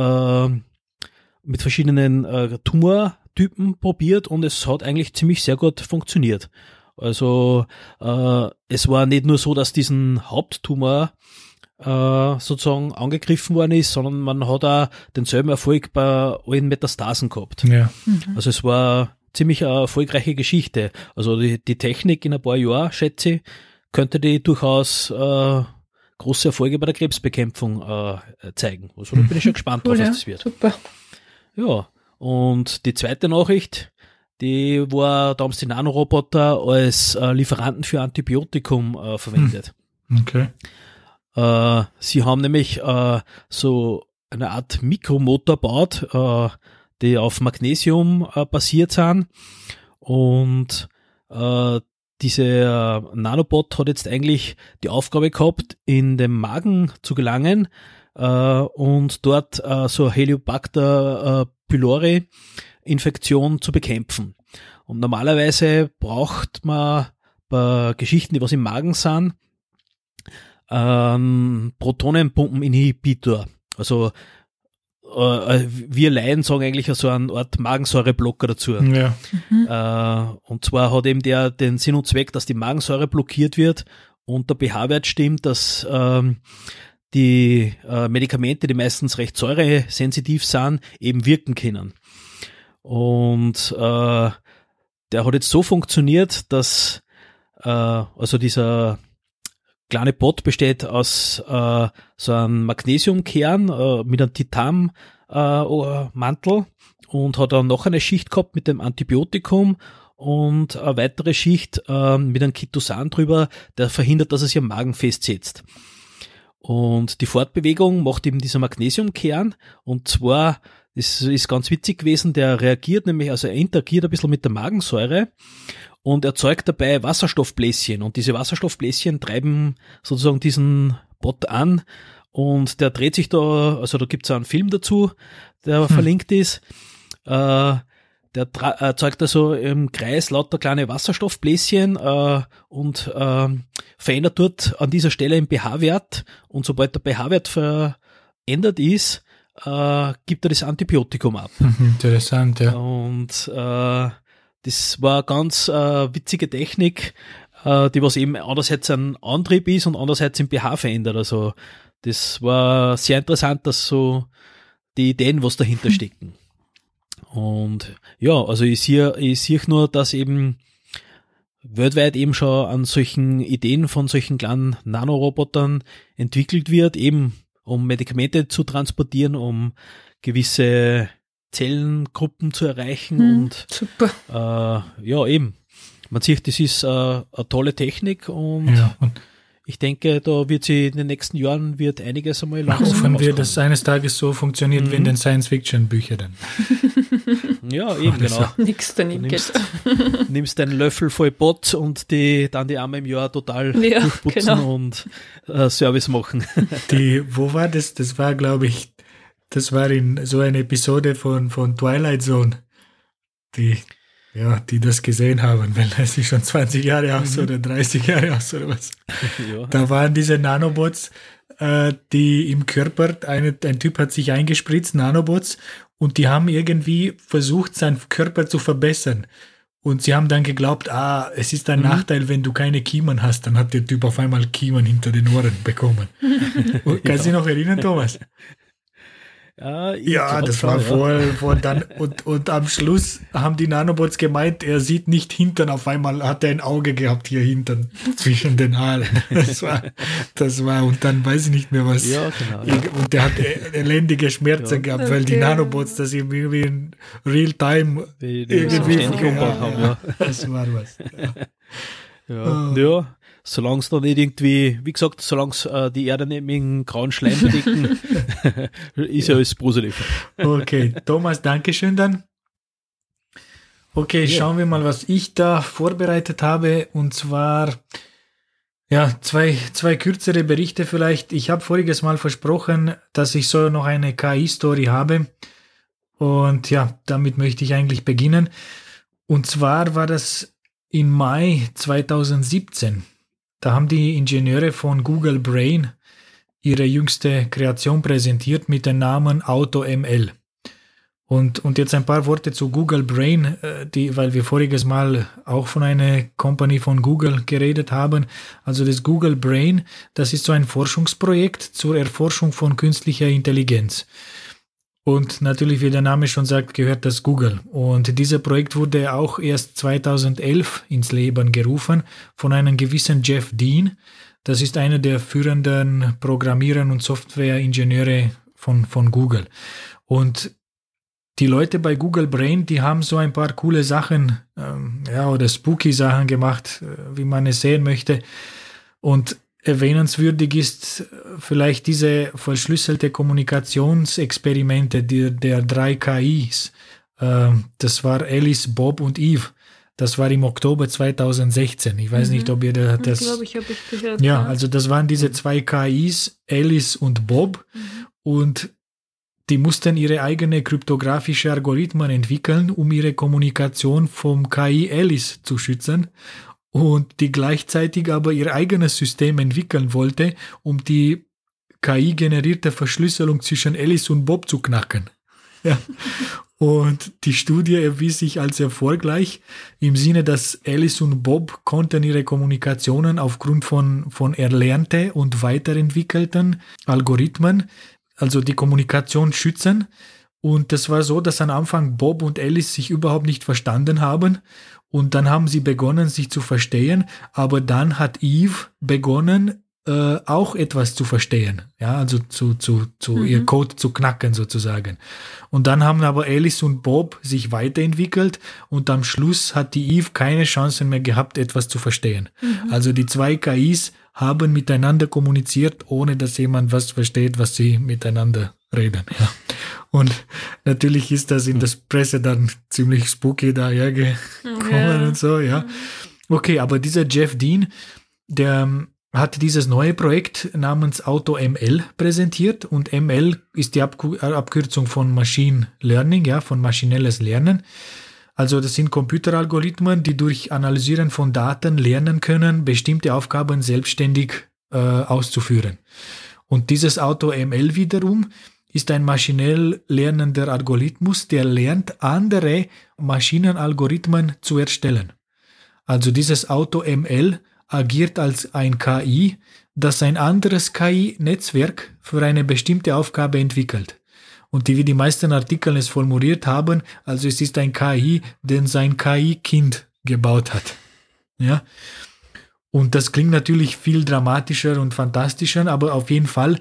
Tumortypen probiert und es hat eigentlich ziemlich sehr gut funktioniert. Also es war nicht nur so, dass diesen Haupttumor sozusagen angegriffen worden ist, sondern man hat auch denselben Erfolg bei allen Metastasen gehabt. Ja. Also es war ziemlich eine erfolgreiche Geschichte. Also die Technik in ein paar Jahren, schätze ich, könnte die durchaus große Erfolge bei der Krebsbekämpfung zeigen. Also da bin ich schon gespannt, Cool, was das wird. Super. Ja, und die zweite Nachricht, die war damals die Nanoroboter als Lieferanten für Antibiotikum verwendet. Okay. Sie haben nämlich so eine Art Mikromotor gebaut, die auf Magnesium basiert sind und dieser Nanobot hat jetzt eigentlich die Aufgabe gehabt, in den Magen zu gelangen und dort so Heliobacter pylori Infektion zu bekämpfen. Und normalerweise braucht man bei Geschichten, die was im Magen sind, Protonenpumpeninhibitor. Also wir Laien sagen eigentlich so eine Art Magensäureblocker dazu. Ja. Und zwar hat eben der den Sinn und Zweck, dass die Magensäure blockiert wird und der pH-Wert stimmt, dass die Medikamente, die meistens recht säuresensitiv sind, eben wirken können. Und der hat jetzt so funktioniert, dass also dieser kleine Pot besteht aus so einem Magnesiumkern mit einem Titanmantel und hat dann noch eine Schicht gehabt mit dem Antibiotikum und eine weitere Schicht mit einem Chitosan drüber, der verhindert, dass es sich am Magen festsetzt. Und die Fortbewegung macht eben dieser Magnesiumkern und zwar, das ist ganz witzig gewesen, der reagiert nämlich, also er interagiert ein bisschen mit der Magensäure und erzeugt dabei Wasserstoffbläschen und diese Wasserstoffbläschen treiben sozusagen diesen Bot an und der dreht sich da, also da gibt's auch einen Film dazu, der verlinkt ist, der erzeugt also im Kreis lauter kleine Wasserstoffbläschen und verändert dort an dieser Stelle den pH-Wert und sobald der pH-Wert verändert ist, gibt er das Antibiotikum ab. Interessant, ja. Und das war eine ganz witzige Technik, die was eben einerseits ein Antrieb ist und andererseits den pH verändert. Also das war sehr interessant, dass so die Ideen, was dahinter stecken. Und ja, also ich sehe nur, dass eben weltweit eben schon an solchen Ideen von solchen kleinen Nanorobotern entwickelt wird, eben um Medikamente zu transportieren, um gewisse Zellengruppen zu erreichen und super. Ja, eben. Man sieht, das ist eine tolle Technik und ich denke, da wird sie in den nächsten Jahren einiges einmal langsam hoffen wir, dass eines Tages so funktioniert wie in den Science-Fiction-Büchern. Ja, eben, genau. Nichts daneben geht. Nimmst einen Löffel voll Bot und dann die einmal im Jahr total durchputzen und Service machen. Wo war das? Das war, glaube ich, in so einer Episode von Twilight Zone, die das gesehen haben, weil das ist schon 20 Jahre aus oder 30 Jahre aus oder was. Ja. Da waren diese Nanobots, die im Körper, ein Typ hat sich eingespritzt, Nanobots, und die haben irgendwie versucht, seinen Körper zu verbessern. Und sie haben dann geglaubt, es ist ein Nachteil, wenn du keine Kiemen hast, dann hat der Typ auf einmal Kiemen hinter den Ohren bekommen. Kannst du dich noch erinnern, Thomas? Ja, das war voll dann. Und am Schluss haben die Nanobots gemeint, er sieht nicht Hintern, auf einmal hat er ein Auge gehabt hier hinten zwischen den Haaren. Das war, und dann weiß ich nicht mehr was. Ja, genau. Ja. Und der hat elendige Schmerzen gehabt, weil die Nanobots das irgendwie in Real-Time irgendwie umgebaut haben. Ja. Das war was. Ja. Solange es da nicht irgendwie, wie gesagt, solange es die Erde nicht mit einem grauen Schleim bedecken, ist ja alles positiv. Okay, Thomas, danke schön dann. Okay, schauen wir mal, was ich da vorbereitet habe. Und zwar, zwei kürzere Berichte vielleicht. Ich habe voriges Mal versprochen, dass ich so noch eine KI-Story habe. Und ja, damit möchte ich eigentlich beginnen. Und zwar war das im Mai 2017. Da haben die Ingenieure von Google Brain ihre jüngste Kreation präsentiert mit dem Namen AutoML. Und jetzt ein paar Worte zu Google Brain, weil wir voriges Mal auch von einer Company von Google geredet haben. Also das Google Brain, das ist so ein Forschungsprojekt zur Erforschung von künstlicher Intelligenz. Und natürlich, wie der Name schon sagt, gehört das Google. Und dieses Projekt wurde auch erst 2011 ins Leben gerufen von einem gewissen Jeff Dean. Das ist einer der führenden Programmierer und Softwareingenieure von Google. Und die Leute bei Google Brain, die haben so ein paar coole Sachen, oder spooky Sachen gemacht, wie man es sehen möchte. Und erwähnenswürdig ist vielleicht diese verschlüsselte Kommunikationsexperimente der 3 KIs. Das war Alice, Bob und Eve. Das war im Oktober 2016. Ich weiß nicht, ob ihr das... Ich glaube, ich habe es gehört. Ja, also das waren diese 2 KIs, Alice und Bob. Und die mussten ihre eigene kryptografische Algorithmen entwickeln, um ihre Kommunikation vom KI Alice zu schützen. Und die gleichzeitig aber ihr eigenes System entwickeln wollte, um die KI-generierte Verschlüsselung zwischen Alice und Bob zu knacken. Ja. Und die Studie erwies sich als erfolgreich im Sinne, dass Alice und Bob konnten ihre Kommunikationen aufgrund von erlernten und weiterentwickelten Algorithmen, also die Kommunikation schützen. Und das war so, dass am Anfang Bob und Alice sich überhaupt nicht verstanden haben. Und dann haben sie begonnen, sich zu verstehen, aber dann hat Eve begonnen, auch etwas zu verstehen, ja, also ihr Code zu knacken sozusagen. Und dann haben aber Alice und Bob sich weiterentwickelt und am Schluss hat die Eve keine Chance mehr gehabt, etwas zu verstehen. Also die 2 KIs haben miteinander kommuniziert, ohne dass jemand was versteht, was sie miteinander reden. Ja. Und natürlich ist das in der Presse dann ziemlich spooky dahergekommen und so, ja. Okay, aber dieser Jeff Dean, der hat dieses neue Projekt namens AutoML präsentiert und ML ist die Abkürzung von Machine Learning, ja, von maschinelles Lernen. Also das sind Computeralgorithmen, die durch Analysieren von Daten lernen können, bestimmte Aufgaben selbstständig auszuführen. Und dieses AutoML wiederum ist ein maschinell lernender Algorithmus, der lernt, andere Maschinenalgorithmen zu erstellen. Also dieses AutoML agiert als ein KI, das ein anderes KI-Netzwerk für eine bestimmte Aufgabe entwickelt. Und wie die meisten Artikel es formuliert haben, also es ist ein KI, den sein KI-Kind gebaut hat. Ja? Und das klingt natürlich viel dramatischer und fantastischer, aber auf jeden Fall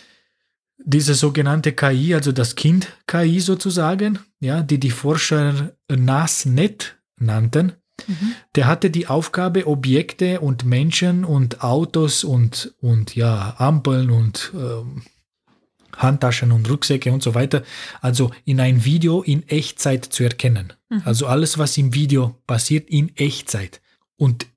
diese sogenannte KI, also das Kind-KI sozusagen, ja, die Forscher NASNet nannten, der hatte die Aufgabe, Objekte und Menschen und Autos und Ampeln und Handtaschen und Rucksäcke und so weiter, also in ein Video in Echtzeit zu erkennen. Also alles, was im Video passiert, in Echtzeit. Und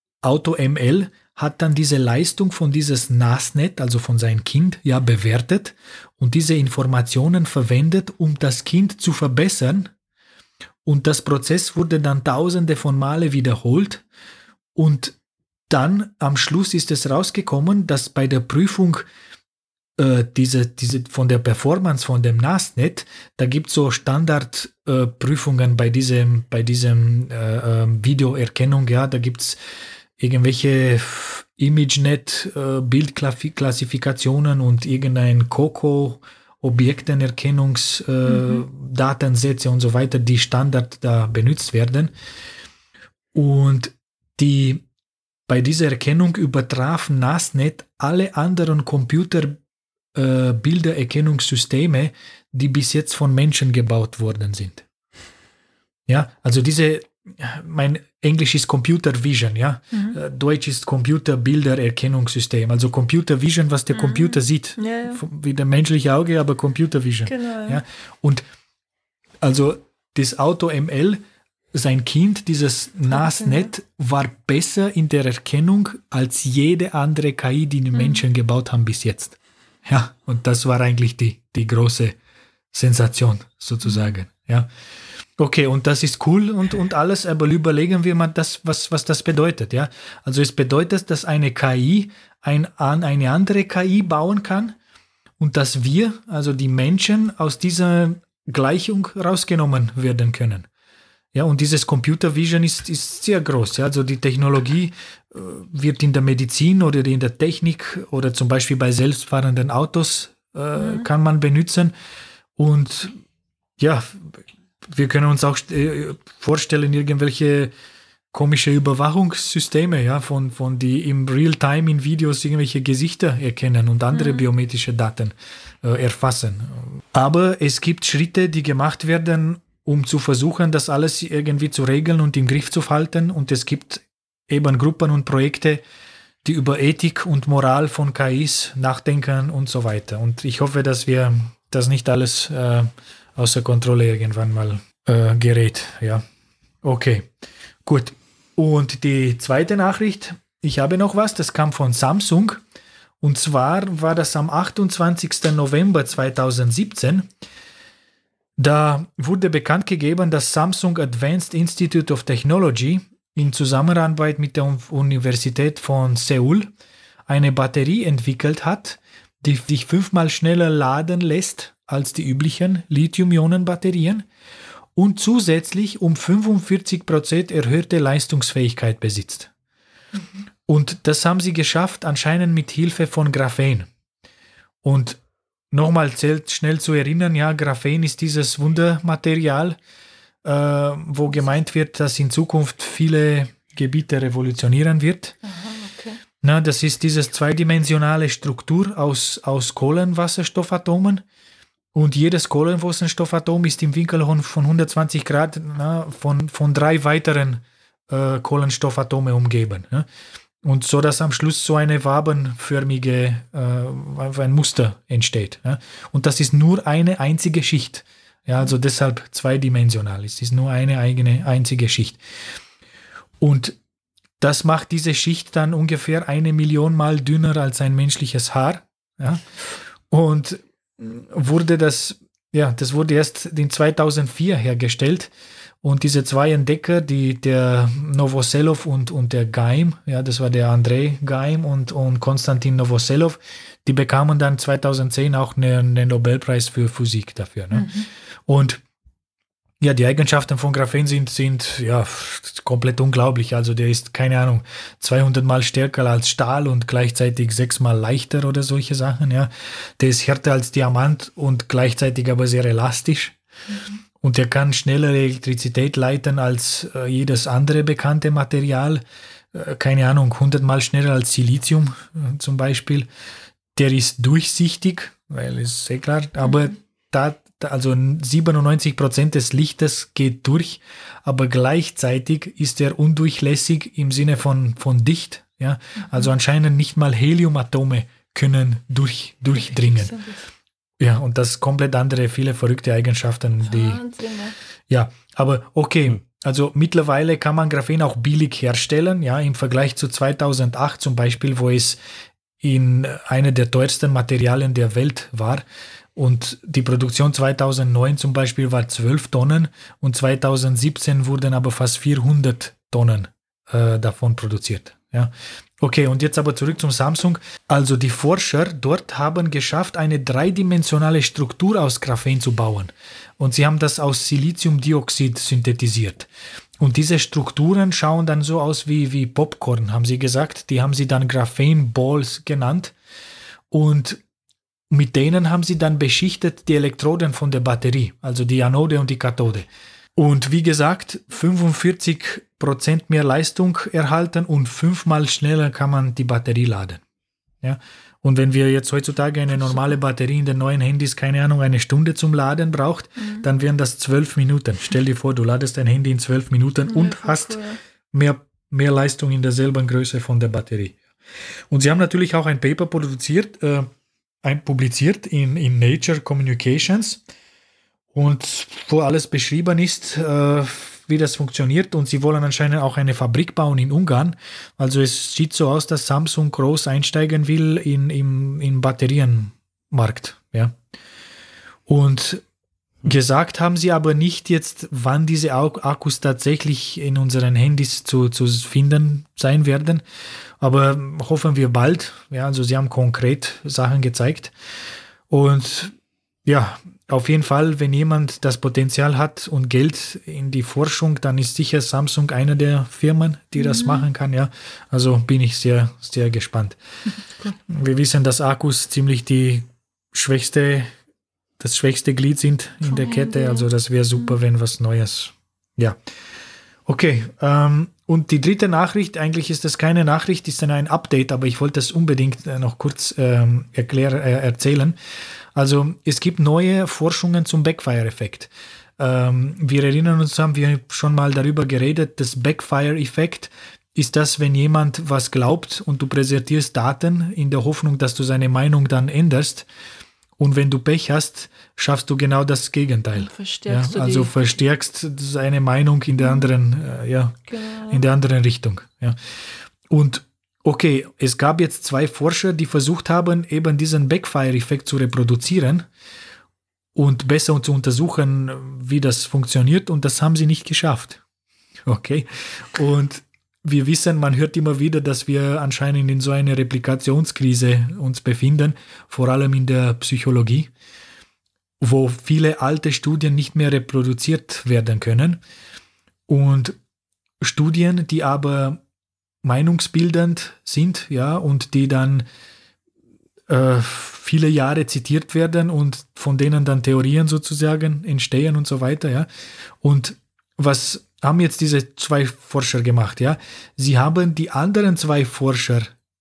AutoML hat dann diese Leistung von dieses NASNet, also von seinem Kind, ja bewertet und diese Informationen verwendet, um das Kind zu verbessern. Und das Prozess wurde dann tausende von Male wiederholt und dann am Schluss ist es rausgekommen, dass bei der Prüfung diese von der Performance von dem NASnet, da gibt es so Standardprüfungen bei diesem Videoerkennung, ja, da gibt es irgendwelche ImageNet Bildklassifikationen und irgendein COCO Objektenerkennungsdatensätze und so weiter, die Standard da benutzt werden. Und bei dieser Erkennung übertraf NASnet alle anderen Bildererkennungssysteme, die bis jetzt von Menschen gebaut worden sind. Ja, also mein Englisch ist Computer Vision, ja. Deutsch ist Computerbildererkennungssystem. Also Computer Vision, was der Computer sieht. Ja. Wie der menschliche Auge, aber Computer Vision. Genau. Ja. Und also das AutoML, sein Kind, dieses NASnet, war besser in der Erkennung als jede andere KI, die die Menschen gebaut haben bis jetzt. Ja, und das war eigentlich die große Sensation sozusagen. Ja. Okay, und das ist cool und alles, aber überlegen wir mal was das bedeutet. Ja? Also es bedeutet, dass eine KI eine andere KI bauen kann und dass wir, also die Menschen, aus dieser Gleichung rausgenommen werden können. Ja, und dieses Computer Vision ist sehr groß. Ja? Also die Technologie wird in der Medizin oder in der Technik oder zum Beispiel bei selbstfahrenden Autos kann man benutzen. Und ja, wir können uns auch vorstellen, irgendwelche komische Überwachungssysteme, ja, von die im Realtime in Videos irgendwelche Gesichter erkennen und andere biometrische Daten erfassen. Aber es gibt Schritte, die gemacht werden, um zu versuchen, das alles irgendwie zu regeln und im Griff zu halten. Und es gibt eben Gruppen und Projekte, die über Ethik und Moral von KIs nachdenken und so weiter. Und ich hoffe, dass wir das nicht alles außer Kontrolle irgendwann mal gerät. Ja, okay, gut. Und die zweite Nachricht, ich habe noch was, das kam von Samsung. Und zwar war das am 28. November 2017. Da wurde bekannt gegeben, dass Samsung Advanced Institute of Technology in Zusammenarbeit mit der Universität von Seoul eine Batterie entwickelt hat, die sich 5-mal schneller laden lässt als die üblichen Lithium-Ionen-Batterien und zusätzlich um 45% erhöhte Leistungsfähigkeit besitzt. Und das haben sie geschafft, anscheinend mit Hilfe von Graphen. Und nochmal schnell zu erinnern, ja, Graphen ist dieses Wundermaterial, wo gemeint wird, dass in Zukunft viele Gebiete revolutionieren wird. Aha, okay. Na, das ist diese zweidimensionale Struktur aus Kohlenwasserstoffatomen. Und jedes Kohlenwasserstoffatom ist im Winkel von 120 Grad von 3 weiteren Kohlenstoffatome umgeben. Ne? Und so, dass am Schluss so eine wabenförmige ein Muster entsteht. Ja? Und das ist nur eine einzige Schicht. Ja, also deshalb zweidimensional. Es ist nur eine einzige Schicht. Und das macht diese Schicht dann ungefähr 1 Million Mal dünner als ein menschliches Haar. Ja? Und das wurde erst in 2004 hergestellt. Und diese zwei Entdecker, der Novoselov und der Geim, ja, das war der Andrei Geim und Konstantin Novoselov, die bekamen dann 2010 auch einen Nobelpreis für Physik dafür. Ne? Und ja, die Eigenschaften von Graphen sind ja komplett unglaublich. Also der ist, keine Ahnung, 200 Mal stärker als Stahl und gleichzeitig 6 Mal leichter oder solche Sachen. Ja, der ist härter als Diamant und gleichzeitig aber sehr elastisch. Und er kann schnellere Elektrizität leiten als jedes andere bekannte Material. Keine Ahnung, 100 Mal schneller als Silizium zum Beispiel. Der ist durchsichtig, weil ist sehr klar, aber also 97% des Lichtes geht durch, aber gleichzeitig ist er undurchlässig im Sinne von dicht. Ja? Also anscheinend nicht mal Heliumatome können durchdringen. Ja, und das komplett andere, viele verrückte Eigenschaften. Wahnsinn, ja, aber okay, also mittlerweile kann man Graphen auch billig herstellen, ja, im Vergleich zu 2008 zum Beispiel, wo es in einer der teuersten Materialien der Welt war. Und die Produktion 2009 zum Beispiel war 12 Tonnen und 2017 wurden aber fast 400 Tonnen davon produziert. Ja. Okay, und jetzt aber zurück zum Samsung. Also die Forscher dort haben geschafft, eine dreidimensionale Struktur aus Graphen zu bauen. Und sie haben das aus Siliziumdioxid synthetisiert. Und diese Strukturen schauen dann so aus wie Popcorn, haben sie gesagt. Die haben sie dann Graphene Balls genannt. Und mit denen haben sie dann beschichtet die Elektroden von der Batterie, also die Anode und die Kathode. Und wie gesagt, 45% mehr Leistung erhalten und 5-mal schneller kann man die Batterie laden. Ja? Und wenn wir jetzt heutzutage eine normale Batterie in den neuen Handys, keine Ahnung, eine Stunde zum Laden braucht, dann wären das 12 Minuten. Stell dir vor, du ladest dein Handy in 12 Minuten und hast mehr Leistung in derselben Größe von der Batterie. Und sie haben natürlich auch ein Paper publiziert in Nature Communications, und wo alles beschrieben ist, wie das funktioniert. Und sie wollen anscheinend auch eine Fabrik bauen in Ungarn. Also es sieht so aus, dass Samsung groß einsteigen will im Batterienmarkt. Ja. Und gesagt haben sie aber nicht jetzt, wann diese Akkus tatsächlich in unseren Handys zu finden sein werden. Aber hoffen wir bald. Ja, also sie haben konkret Sachen gezeigt. Und ja, auf jeden Fall, wenn jemand das Potenzial hat und Geld in die Forschung, dann ist sicher Samsung eine der Firmen, die das machen kann. Ja, also bin ich sehr, sehr gespannt. Wir wissen, dass Akkus ziemlich das schwächste Glied sind in der Kette. Also das wäre super, wenn was Neues. Ja, okay. Und die dritte Nachricht, eigentlich ist das keine Nachricht, ist dann ein Update, aber ich wollte das unbedingt noch kurz erzählen. Also es gibt neue Forschungen zum Backfire-Effekt. Wir erinnern uns, haben wir schon mal darüber geredet, das Backfire-Effekt ist das, wenn jemand was glaubt und du präsentierst Daten in der Hoffnung, dass du seine Meinung dann änderst. Und wenn du Pech hast, schaffst du genau das Gegenteil. Verstärkst seine Meinung in der anderen, in der anderen Richtung. Ja. Und okay, es gab jetzt 2 Forscher, die versucht haben, eben diesen Backfire-Effekt zu reproduzieren und besser zu untersuchen, wie das funktioniert. Und das haben sie nicht geschafft. Okay. Und wir wissen, man hört immer wieder, dass wir anscheinend in so einer Replikationskrise uns befinden, vor allem in der Psychologie, wo viele alte Studien nicht mehr reproduziert werden können. Und Studien, die aber meinungsbildend sind, ja, und die dann viele Jahre zitiert werden und von denen dann Theorien sozusagen entstehen und so weiter, ja. Und was haben jetzt diese 2 Forscher gemacht, ja? Sie haben die anderen 2 Forscher,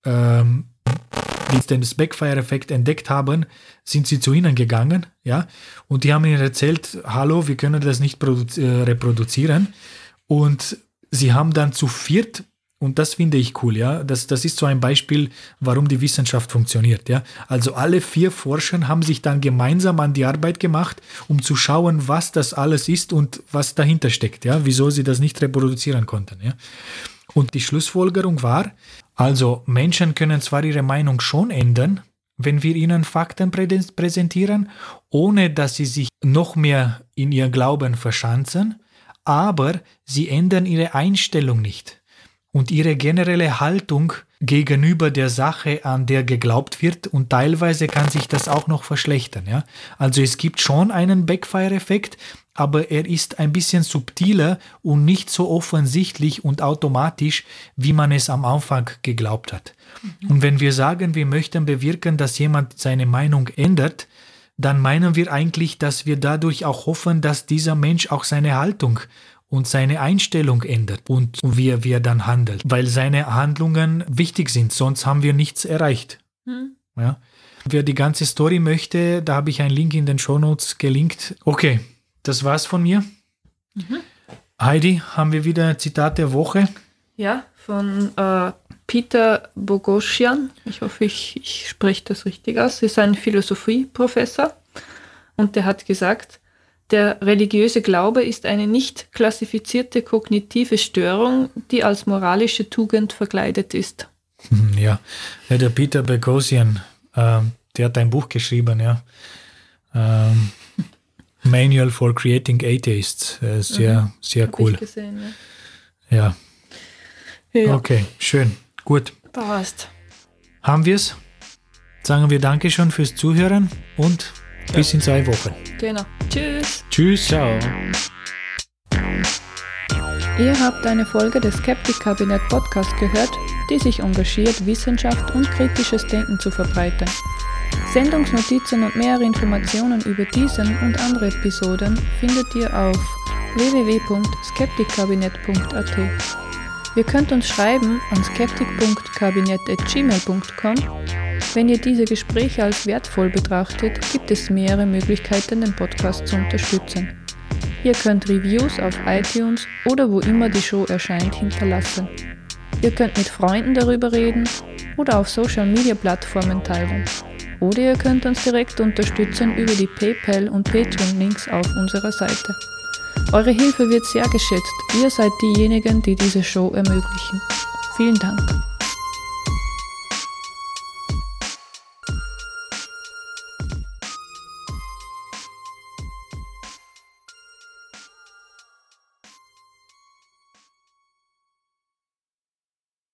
die den Backfire-Effekt entdeckt haben, sind sie zu ihnen gegangen, ja? Und die haben ihnen erzählt, hallo, wir können das nicht reproduzieren. Und sie haben dann zu 4, und das finde ich cool, ja. Das ist so ein Beispiel, warum die Wissenschaft funktioniert, ja. Also alle 4 Forscher haben sich dann gemeinsam an die Arbeit gemacht, um zu schauen, was das alles ist und was dahinter steckt, ja. Wieso sie das nicht reproduzieren konnten, ja. Und die Schlussfolgerung war, also Menschen können zwar ihre Meinung schon ändern, wenn wir ihnen Fakten präsentieren, ohne dass sie sich noch mehr in ihr Glauben verschanzen, aber sie ändern ihre Einstellung nicht. Und ihre generelle Haltung gegenüber der Sache, an der geglaubt wird, und teilweise kann sich das auch noch verschlechtern. Ja? Also es gibt schon einen Backfire-Effekt, aber er ist ein bisschen subtiler und nicht so offensichtlich und automatisch, wie man es am Anfang geglaubt hat. Und wenn wir sagen, wir möchten bewirken, dass jemand seine Meinung ändert, dann meinen wir eigentlich, dass wir dadurch auch hoffen, dass dieser Mensch auch seine Haltung und seine Einstellung ändert und wie er dann handelt, weil seine Handlungen wichtig sind, sonst haben wir nichts erreicht. Ja. Wer die ganze Story möchte, da habe ich einen Link in den Shownotes gelinkt. Okay, das war's von mir. Heidi, haben wir wieder ein Zitat der Woche? Ja, von Peter Boghossian. Ich hoffe, ich spreche das richtig aus. Er ist ein Philosophieprofessor und der hat gesagt, der religiöse Glaube ist eine nicht klassifizierte kognitive Störung, die als moralische Tugend verkleidet ist. Ja, der Peter Boghossian, der hat ein Buch geschrieben, ja. Manual for Creating Atheists. Sehr, sehr cool. Hab ich gesehen, ja. Okay, schön. Gut. Passt. Haben wir es? Sagen wir Dankeschön fürs Zuhören und bis in 2 Wochen. Genau. Tschüss. Tschüss. Ciao. Ihr habt eine Folge des Skeptik-Kabinett Podcast gehört, die sich engagiert, Wissenschaft und kritisches Denken zu verbreiten. Sendungsnotizen und mehr Informationen über diesen und andere Episoden findet ihr auf www.skeptikkabinett.at. Ihr könnt uns schreiben an skeptik.kabinett@gmail.com. Wenn ihr diese Gespräche als wertvoll betrachtet, gibt es mehrere Möglichkeiten, den Podcast zu unterstützen. Ihr könnt Reviews auf iTunes oder wo immer die Show erscheint hinterlassen. Ihr könnt mit Freunden darüber reden oder auf Social-Media-Plattformen teilen. Oder ihr könnt uns direkt unterstützen über die PayPal- und Patreon-Links auf unserer Seite. Eure Hilfe wird sehr geschätzt. Ihr seid diejenigen, die diese Show ermöglichen. Vielen Dank.